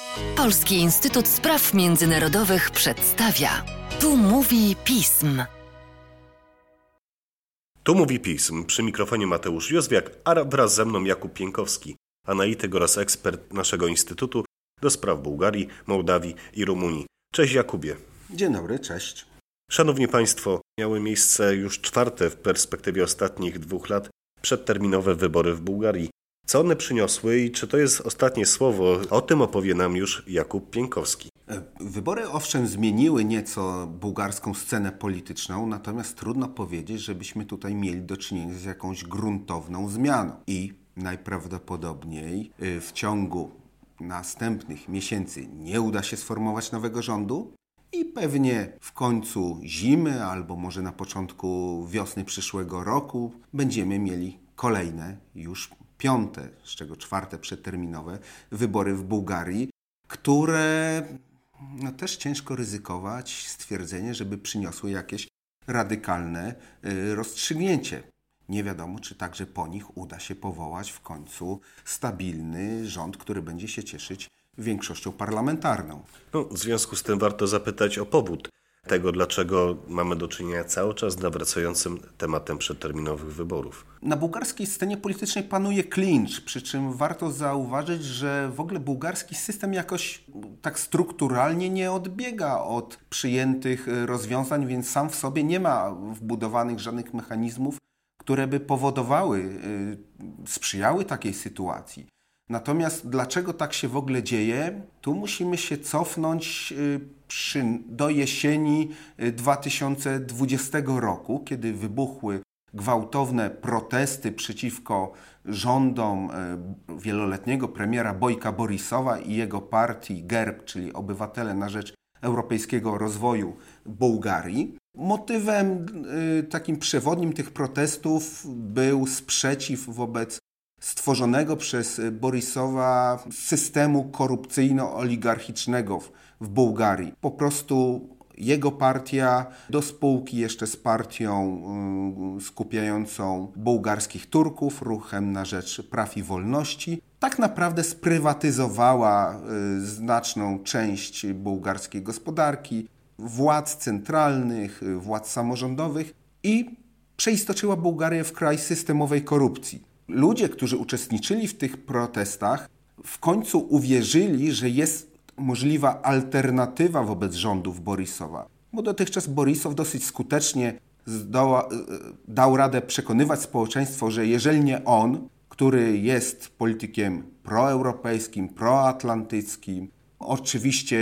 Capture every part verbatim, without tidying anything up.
Polski Instytut Spraw Międzynarodowych przedstawia. Tu mówi pism. Tu mówi pism. Przy mikrofonie Mateusz Józwiak, a wraz ze mną Jakub Pieńkowski, analityk oraz ekspert naszego Instytutu do spraw Bułgarii, Mołdawii i Rumunii. Cześć Jakubie. Dzień dobry, cześć. Szanowni Państwo, miały miejsce już czwarte w perspektywie ostatnich dwóch lat przedterminowe wybory w Bułgarii. Co one przyniosły i czy to jest ostatnie słowo? O tym opowie nam już Jakub Pieńkowski. Wybory owszem zmieniły nieco bułgarską scenę polityczną, natomiast trudno powiedzieć, żebyśmy tutaj mieli do czynienia z jakąś gruntowną zmianą. I najprawdopodobniej w ciągu następnych miesięcy nie uda się sformować nowego rządu i pewnie w końcu zimy albo może na początku wiosny przyszłego roku będziemy mieli kolejne już piąte, z czego czwarte przedterminowe wybory w Bułgarii, które no, też ciężko ryzykować stwierdzenie, żeby przyniosły jakieś radykalne y, rozstrzygnięcie. Nie wiadomo, czy także po nich uda się powołać w końcu stabilny rząd, który będzie się cieszyć większością parlamentarną. No, w związku z tym warto zapytać o powód tego, dlaczego mamy do czynienia cały czas z nawracającym tematem przedterminowych wyborów. Na bułgarskiej scenie politycznej panuje klincz, przy czym warto zauważyć, że w ogóle bułgarski system jakoś tak strukturalnie nie odbiega od przyjętych rozwiązań, więc sam w sobie nie ma wbudowanych żadnych mechanizmów, które by powodowały, sprzyjały takiej sytuacji. Natomiast dlaczego tak się w ogóle dzieje? Tu musimy się cofnąć przy, do jesieni dwa tysiące dwudziestego roku, kiedy wybuchły gwałtowne protesty przeciwko rządom wieloletniego premiera Bojka Borisowa i jego partii GERB, czyli Obywatele na Rzecz Europejskiego Rozwoju Bułgarii. Motywem takim przewodnim tych protestów był sprzeciw wobec stworzonego przez Borisowa systemu korupcyjno-oligarchicznego w, w Bułgarii. Po prostu jego partia do spółki jeszcze z partią y, skupiającą bułgarskich Turków, Ruchem na Rzecz Praw i Wolności, tak naprawdę sprywatyzowała y, znaczną część bułgarskiej gospodarki, władz centralnych, y, władz samorządowych i przeistoczyła Bułgarię w kraj systemowej korupcji. Ludzie, którzy uczestniczyli w tych protestach, w końcu uwierzyli, że jest możliwa alternatywa wobec rządów Borisowa. Bo dotychczas Borisow dosyć skutecznie zdoła, dał radę przekonywać społeczeństwo, że jeżeli nie on, który jest politykiem proeuropejskim, proatlantyckim, oczywiście,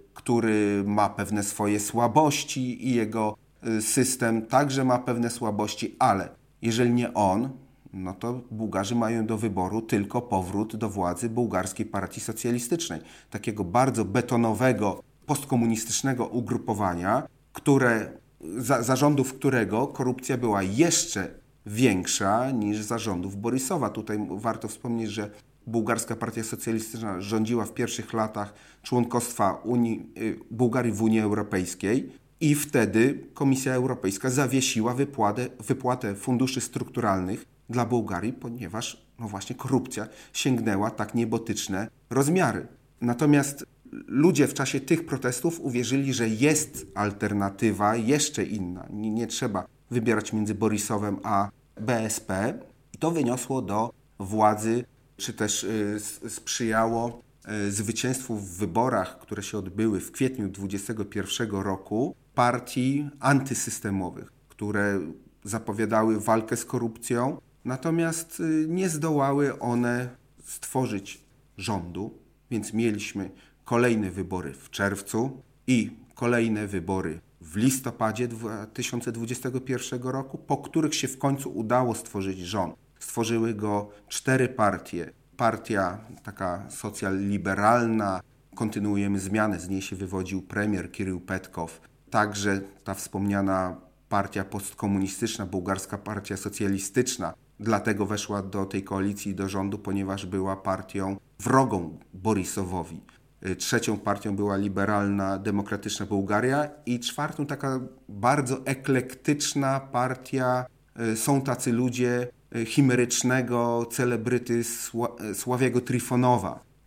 który ma pewne swoje słabości i jego system także ma pewne słabości, ale jeżeli nie on, no to Bułgarzy mają do wyboru tylko powrót do władzy bułgarskiej partii socjalistycznej. Takiego bardzo betonowego, postkomunistycznego ugrupowania, które, za, za rządów którego korupcja była jeszcze większa niż za rządów Borisowa. Tutaj warto wspomnieć, że bułgarska partia socjalistyczna rządziła w pierwszych latach członkostwa Unii, Bułgarii w Unii Europejskiej i wtedy Komisja Europejska zawiesiła wypłatę, wypłatę funduszy strukturalnych dla Bułgarii, ponieważ no właśnie korupcja sięgnęła tak niebotyczne rozmiary. Natomiast ludzie w czasie tych protestów uwierzyli, że jest alternatywa jeszcze inna. Nie, nie trzeba wybierać między Borisowem a B S P. I to wyniosło do władzy, czy też y, sprzyjało y, zwycięstwu w wyborach, które się odbyły w kwietniu dwudziestego pierwszego roku, partii antysystemowych, które zapowiadały walkę z korupcją, natomiast nie zdołały one stworzyć rządu, więc mieliśmy kolejne wybory w czerwcu i kolejne wybory w listopadzie dwa tysiące dwudziestego pierwszego roku, po których się w końcu udało stworzyć rząd. Stworzyły go cztery partie. Partia taka socjal-liberalna, kontynuujemy zmianę, z niej się wywodził premier Kirył Petkow, także ta wspomniana partia postkomunistyczna, bułgarska partia socjalistyczna, dlatego weszła do tej koalicji, do rządu, ponieważ była partią wrogą Borisowowi. Trzecią partią była liberalna, demokratyczna Bułgaria i czwartą taka bardzo eklektyczna partia Są tacy ludzie chimerycznego celebryty Sła- Sławiego Trifonowa.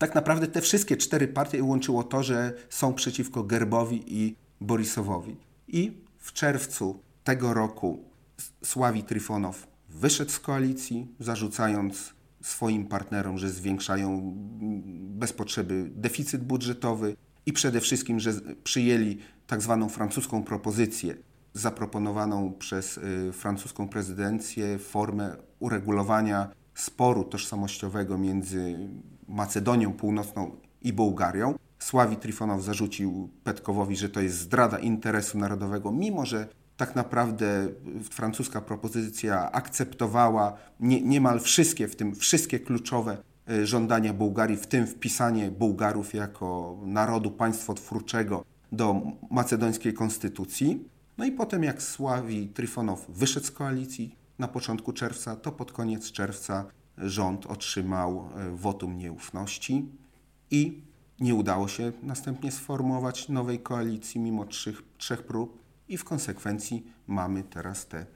tak naprawdę te wszystkie cztery partie łączyło to, że są przeciwko Gerbowi i Borisowowi. I w czerwcu tego roku Sławi Trifonow wyszedł z koalicji, zarzucając swoim partnerom, że zwiększają bez potrzeby deficyt budżetowy i przede wszystkim, że przyjęli tak zwaną francuską propozycję zaproponowaną przez y, francuską prezydencję formę uregulowania sporu tożsamościowego między Macedonią Północną i Bułgarią. Sławi Trifonow zarzucił Petkowowi, że to jest zdrada interesu narodowego, mimo że tak naprawdę francuska propozycja akceptowała nie, niemal wszystkie, w tym wszystkie kluczowe żądania Bułgarii, w tym wpisanie Bułgarów jako narodu państwotwórczego do macedońskiej konstytucji. No i potem jak Sławi Trifonow wyszedł z koalicji na początku czerwca, to pod koniec czerwca rząd otrzymał wotum nieufności i nie udało się następnie sformułować nowej koalicji mimo trzech, trzech prób i w konsekwencji mamy teraz te e,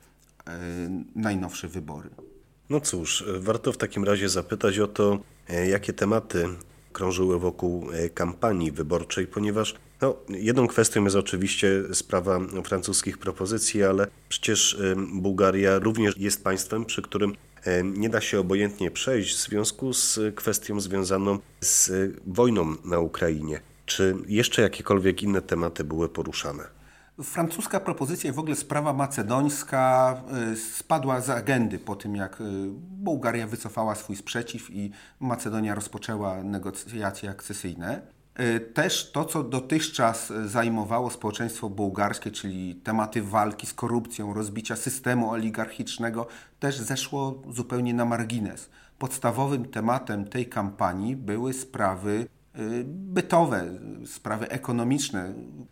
najnowsze wybory. No cóż, warto w takim razie zapytać o to, jakie tematy krążyły wokół kampanii wyborczej, ponieważ no, jedną kwestią jest oczywiście sprawa francuskich propozycji, ale przecież Bułgaria również jest państwem, przy którym nie da się obojętnie przejść w związku z kwestią związaną z wojną na Ukrainie. Czy jeszcze jakiekolwiek inne tematy były poruszane? Francuska propozycja i w ogóle sprawa macedońska spadła z agendy po tym, jak Bułgaria wycofała swój sprzeciw i Macedonia rozpoczęła negocjacje akcesyjne. Też to, co dotychczas zajmowało społeczeństwo bułgarskie, czyli tematy walki z korupcją, rozbicia systemu oligarchicznego, też zeszło zupełnie na margines. Podstawowym tematem tej kampanii były sprawy bytowe, sprawy ekonomiczne.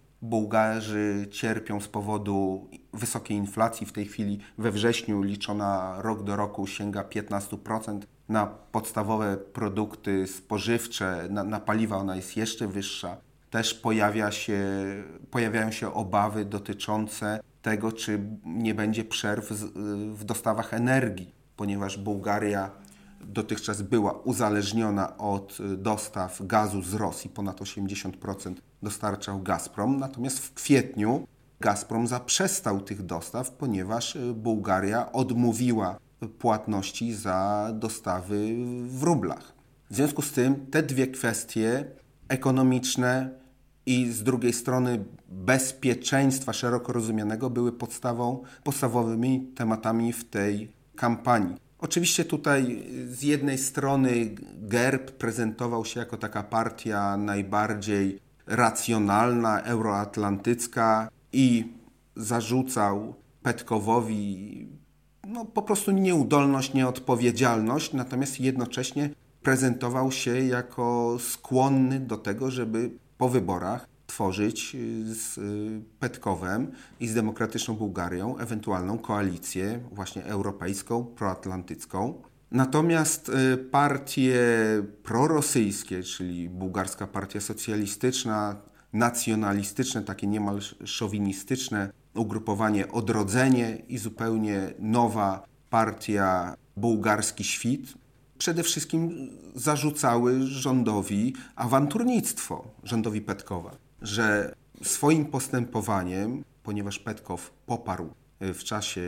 Bułgarzy cierpią z powodu wysokiej inflacji. W tej chwili we wrześniu liczona rok do roku sięga piętnaście procent. Na podstawowe produkty spożywcze, na, na paliwa ona jest jeszcze wyższa. Też pojawia się, pojawiają się obawy dotyczące tego, czy nie będzie przerw z, w dostawach energii, ponieważ Bułgaria dotychczas była uzależniona od dostaw gazu z Rosji, ponad osiemdziesiąt procent dostarczał Gazprom, natomiast w kwietniu Gazprom zaprzestał tych dostaw, ponieważ Bułgaria odmówiła płatności za dostawy w rublach. W związku z tym te dwie kwestie ekonomiczne i z drugiej strony bezpieczeństwa szeroko rozumianego były podstawą, podstawowymi tematami w tej kampanii. Oczywiście tutaj z jednej strony Gerb prezentował się jako taka partia najbardziej racjonalna, euroatlantycka i zarzucał Petkowowi no, po prostu nieudolność, nieodpowiedzialność, natomiast jednocześnie prezentował się jako skłonny do tego, żeby po wyborach tworzyć z Petkowem i z Demokratyczną Bułgarią ewentualną koalicję właśnie europejską, proatlantycką. Natomiast partie prorosyjskie, czyli Bułgarska Partia Socjalistyczna, nacjonalistyczne, takie niemal szowinistyczne ugrupowanie Odrodzenie i zupełnie nowa partia Bułgarski Świt, przede wszystkim zarzucały rządowi awanturnictwo, rządowi Petkowa, że swoim postępowaniem, ponieważ Petkow poparł w czasie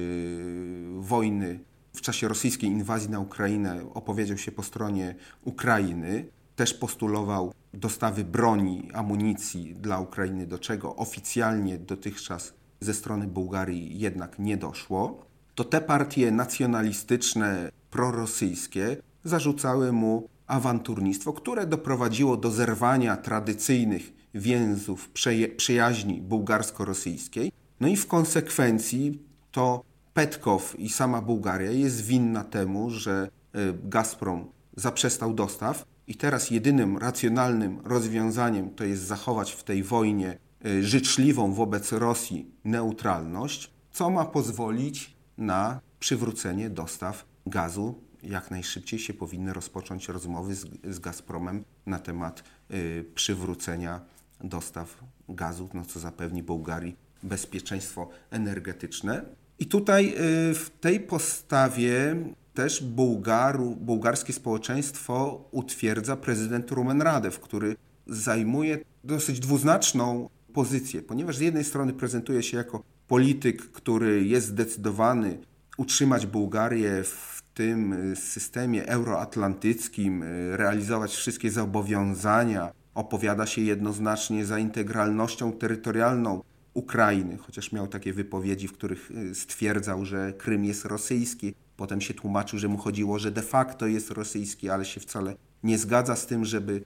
yy, wojny, w czasie rosyjskiej inwazji na Ukrainę, opowiedział się po stronie Ukrainy, też postulował dostawy broni, amunicji dla Ukrainy, do czego oficjalnie dotychczas ze strony Bułgarii jednak nie doszło, to te partie nacjonalistyczne, prorosyjskie zarzucały mu awanturnictwo, które doprowadziło do zerwania tradycyjnych więzów przyjaźni bułgarsko-rosyjskiej. No i w konsekwencji to Petkow i sama Bułgaria jest winna temu, że Gazprom zaprzestał dostaw i teraz jedynym racjonalnym rozwiązaniem to jest zachować w tej wojnie życzliwą wobec Rosji neutralność, co ma pozwolić na przywrócenie dostaw gazu. Jak najszybciej się powinny rozpocząć rozmowy z, z Gazpromem na temat y, przywrócenia dostaw gazu, no co zapewni Bułgarii bezpieczeństwo energetyczne. I tutaj y, w tej postawie też Bułgaru, bułgarskie społeczeństwo utwierdza prezydent Rumen Radew, który zajmuje dosyć dwuznaczną pozycję, ponieważ z jednej strony prezentuje się jako polityk, który jest zdecydowany utrzymać Bułgarię w tym systemie euroatlantyckim, realizować wszystkie zobowiązania, opowiada się jednoznacznie za integralnością terytorialną Ukrainy, chociaż miał takie wypowiedzi, w których stwierdzał, że Krym jest rosyjski. Potem się tłumaczył, że mu chodziło, że de facto jest rosyjski, ale się wcale nie zgadza z tym, żeby,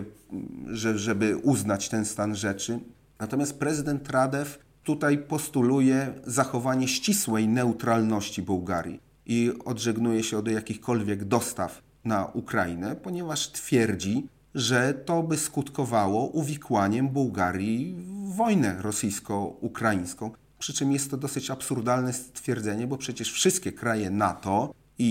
żeby uznać ten stan rzeczy. Natomiast prezydent Radew tutaj postuluje zachowanie ścisłej neutralności Bułgarii i odżegnuje się od jakichkolwiek dostaw na Ukrainę, ponieważ twierdzi, że to by skutkowało uwikłaniem Bułgarii w wojnę rosyjsko-ukraińską. Przy czym jest to dosyć absurdalne stwierdzenie, bo przecież wszystkie kraje NATO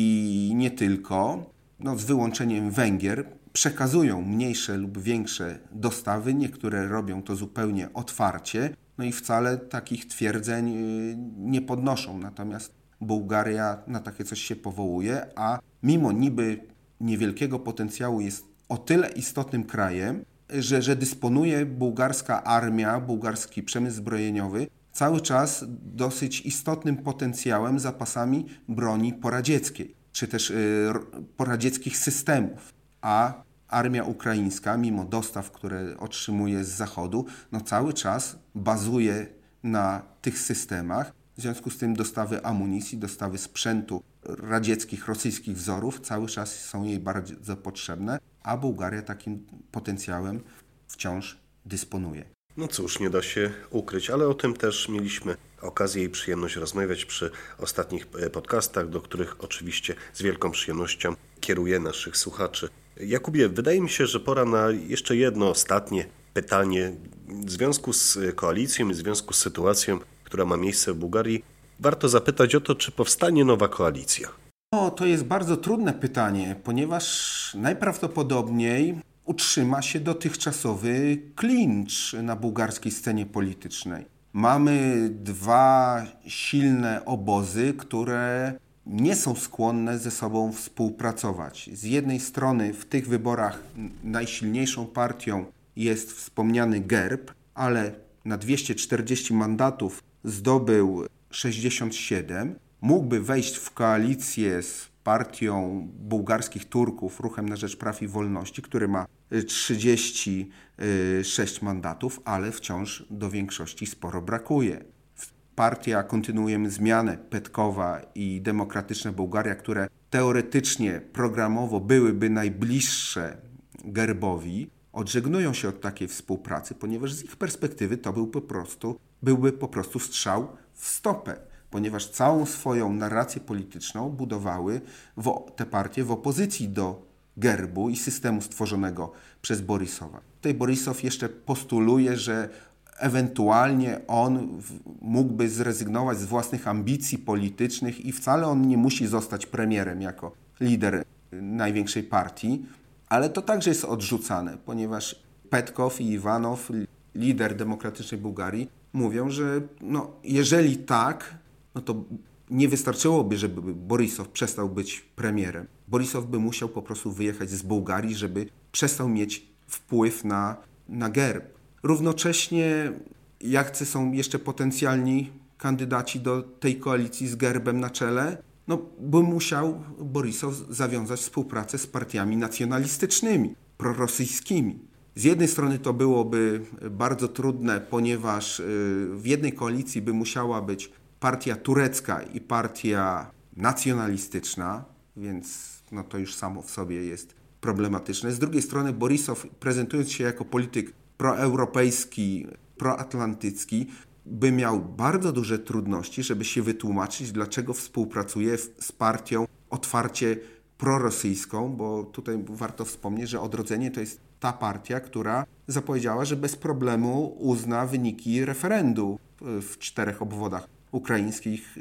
i nie tylko, no z wyłączeniem Węgier, przekazują mniejsze lub większe dostawy. Niektóre robią to zupełnie otwarcie, no i wcale takich twierdzeń nie podnoszą. Natomiast Bułgaria na takie coś się powołuje, a mimo niby niewielkiego potencjału jest o tyle istotnym krajem, że, że dysponuje bułgarska armia, bułgarski przemysł zbrojeniowy cały czas dosyć istotnym potencjałem, zapasami broni poradzieckiej, czy też y, poradzieckich systemów, a armia ukraińska, mimo dostaw, które otrzymuje z zachodu, no cały czas bazuje na tych systemach. W związku z tym dostawy amunicji, dostawy sprzętu radzieckich, rosyjskich wzorów cały czas są jej bardzo potrzebne, a Bułgaria takim potencjałem wciąż dysponuje. No cóż, nie da się ukryć, ale o tym też mieliśmy okazję i przyjemność rozmawiać przy ostatnich podcastach, do których oczywiście z wielką przyjemnością kieruję naszych słuchaczy. Jakubie, wydaje mi się, że pora na jeszcze jedno ostatnie pytanie. W związku z koalicją i w związku z sytuacją, która ma miejsce w Bułgarii, warto zapytać o to, czy powstanie nowa koalicja. No, to jest bardzo trudne pytanie, ponieważ najprawdopodobniej utrzyma się dotychczasowy klincz na bułgarskiej scenie politycznej. Mamy dwa silne obozy, które nie są skłonne ze sobą współpracować. Z jednej strony w tych wyborach najsilniejszą partią jest wspomniany GERB, ale na dwieście czterdzieści mandatów zdobył sześćdziesiąt siedem. Mógłby wejść w koalicję z partią bułgarskich Turków, Ruchem na Rzecz Praw i Wolności, który ma trzydzieści sześć mandatów, ale wciąż do większości sporo brakuje. Partia Kontynuujemy Zmianę Petkowa i Demokratyczna Bułgaria, które teoretycznie, programowo byłyby najbliższe Gerbowi, odżegnują się od takiej współpracy, ponieważ z ich perspektywy to był po prostu, byłby po prostu strzał w stopę, ponieważ całą swoją narrację polityczną budowały w, te partie w opozycji do Gerbu i systemu stworzonego przez Borisowa. Tutaj Borisow jeszcze postuluje, że ewentualnie on mógłby zrezygnować z własnych ambicji politycznych i wcale on nie musi zostać premierem jako lider największej partii, ale to także jest odrzucane, ponieważ Petkow i Iwanow, lider Demokratycznej Bułgarii, mówią, że no, jeżeli tak, no to nie wystarczyłoby, żeby Borisow przestał być premierem. Borisow by musiał po prostu wyjechać z Bułgarii, żeby przestał mieć wpływ na, na Gerb. Równocześnie, jacy są jeszcze potencjalni kandydaci do tej koalicji z Gerbem na czele, no by musiał Borisow zawiązać współpracę z partiami nacjonalistycznymi, prorosyjskimi. Z jednej strony to byłoby bardzo trudne, ponieważ w jednej koalicji by musiała być partia turecka i partia nacjonalistyczna, więc no to już samo w sobie jest problematyczne. Z drugiej strony Borisow, prezentując się jako polityk proeuropejski, proatlantycki, by miał bardzo duże trudności, żeby się wytłumaczyć, dlaczego współpracuje z partią otwarcie prorosyjską, bo tutaj warto wspomnieć, że Odrodzenie to jest ta partia, która zapowiedziała, że bez problemu uzna wyniki referendum w czterech obwodach ukraińskich,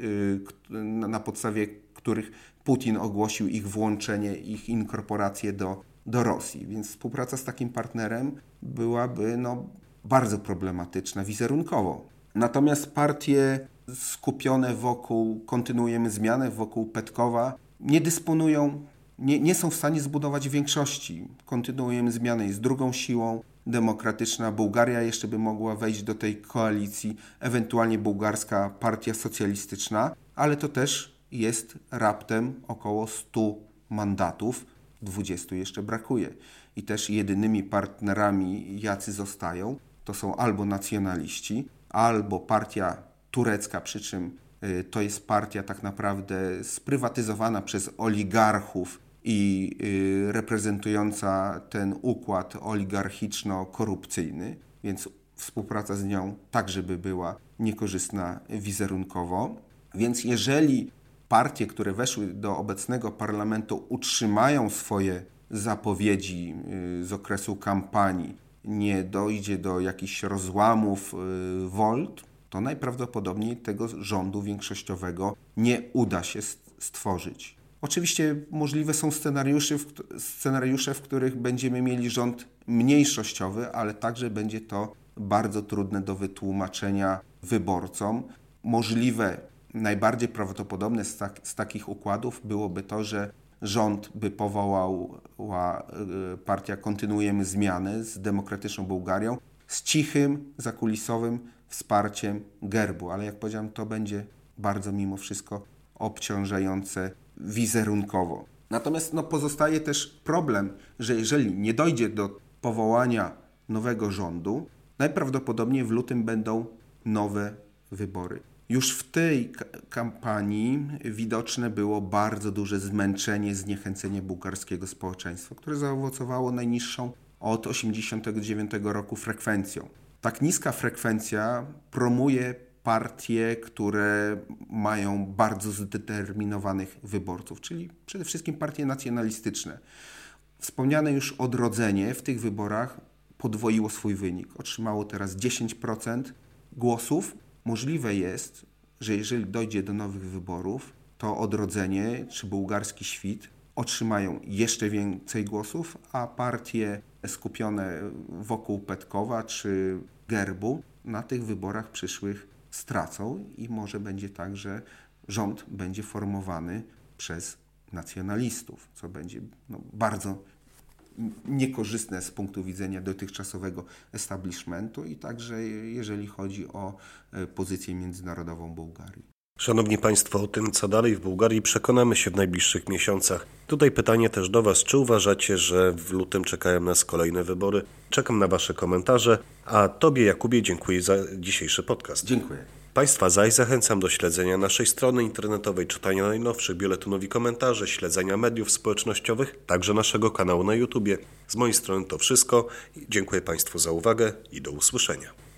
na podstawie których Putin ogłosił ich włączenie, ich inkorporację do, do Rosji. Więc współpraca z takim partnerem byłaby no, bardzo problematyczna wizerunkowo. Natomiast partie skupione wokół, kontynuujemy zmianę, wokół Petkowa, nie dysponują, nie, nie są w stanie zbudować większości. Kontynuujemy zmiany, jest drugą siłą demokratyczna. Bułgaria jeszcze by mogła wejść do tej koalicji, ewentualnie bułgarska partia socjalistyczna, ale to też jest raptem około stu mandatów, dwudziestu jeszcze brakuje. I też jedynymi partnerami, jacy zostają, to są albo nacjonaliści, albo partia turecka, przy czym y, to jest partia tak naprawdę sprywatyzowana przez oligarchów i y, reprezentująca ten układ oligarchiczno-korupcyjny, więc współpraca z nią także by była niekorzystna wizerunkowo. Więc jeżeli partie, które weszły do obecnego parlamentu, utrzymają swoje zapowiedzi z okresu kampanii, nie dojdzie do jakichś rozłamów wolt, to najprawdopodobniej tego rządu większościowego nie uda się stworzyć. Oczywiście możliwe są scenariusze, scenariusze, w których będziemy mieli rząd mniejszościowy, ale także będzie to bardzo trudne do wytłumaczenia wyborcom. Możliwe, najbardziej prawdopodobne z, tak, z takich układów byłoby to, że rząd by powołała partia Kontynuujemy Zmianę z Demokratyczną Bułgarią z cichym, zakulisowym wsparciem Gerbu. Ale jak powiedziałem, to będzie bardzo mimo wszystko obciążające wizerunkowo. Natomiast no, pozostaje też problem, że jeżeli nie dojdzie do powołania nowego rządu, najprawdopodobniej w lutym będą nowe wybory. Już w tej k- kampanii widoczne było bardzo duże zmęczenie, zniechęcenie bułgarskiego społeczeństwa, które zaowocowało najniższą od tysiąc dziewięćset osiemdziesiątego dziewiątego roku frekwencją. Tak niska frekwencja promuje partie, które mają bardzo zdeterminowanych wyborców, czyli przede wszystkim partie nacjonalistyczne. Wspomniane już Odrodzenie w tych wyborach podwoiło swój wynik. Otrzymało teraz dziesięć procent głosów. Możliwe jest, że jeżeli dojdzie do nowych wyborów, to Odrodzenie czy Bułgarski Świt otrzymają jeszcze więcej głosów, a partie skupione wokół Petkowa czy Gerbu na tych wyborach przyszłych stracą i może będzie tak, że rząd będzie formowany przez nacjonalistów, co będzie no, bardzo niekorzystne z punktu widzenia dotychczasowego establishmentu i także jeżeli chodzi o pozycję międzynarodową Bułgarii. Szanowni Państwo, o tym, co dalej w Bułgarii, przekonamy się w najbliższych miesiącach. Tutaj pytanie też do Was. Czy uważacie, że w lutym czekają nas kolejne wybory? Czekam na Wasze komentarze, a Tobie, Jakubie, dziękuję za dzisiejszy podcast. Dziękuję. Państwa zaś zachęcam do śledzenia naszej strony internetowej, czytania najnowszych biuletynów i komentarzy, śledzenia mediów społecznościowych, także naszego kanału na YouTubie. Z mojej strony to wszystko. Dziękuję Państwu za uwagę i do usłyszenia.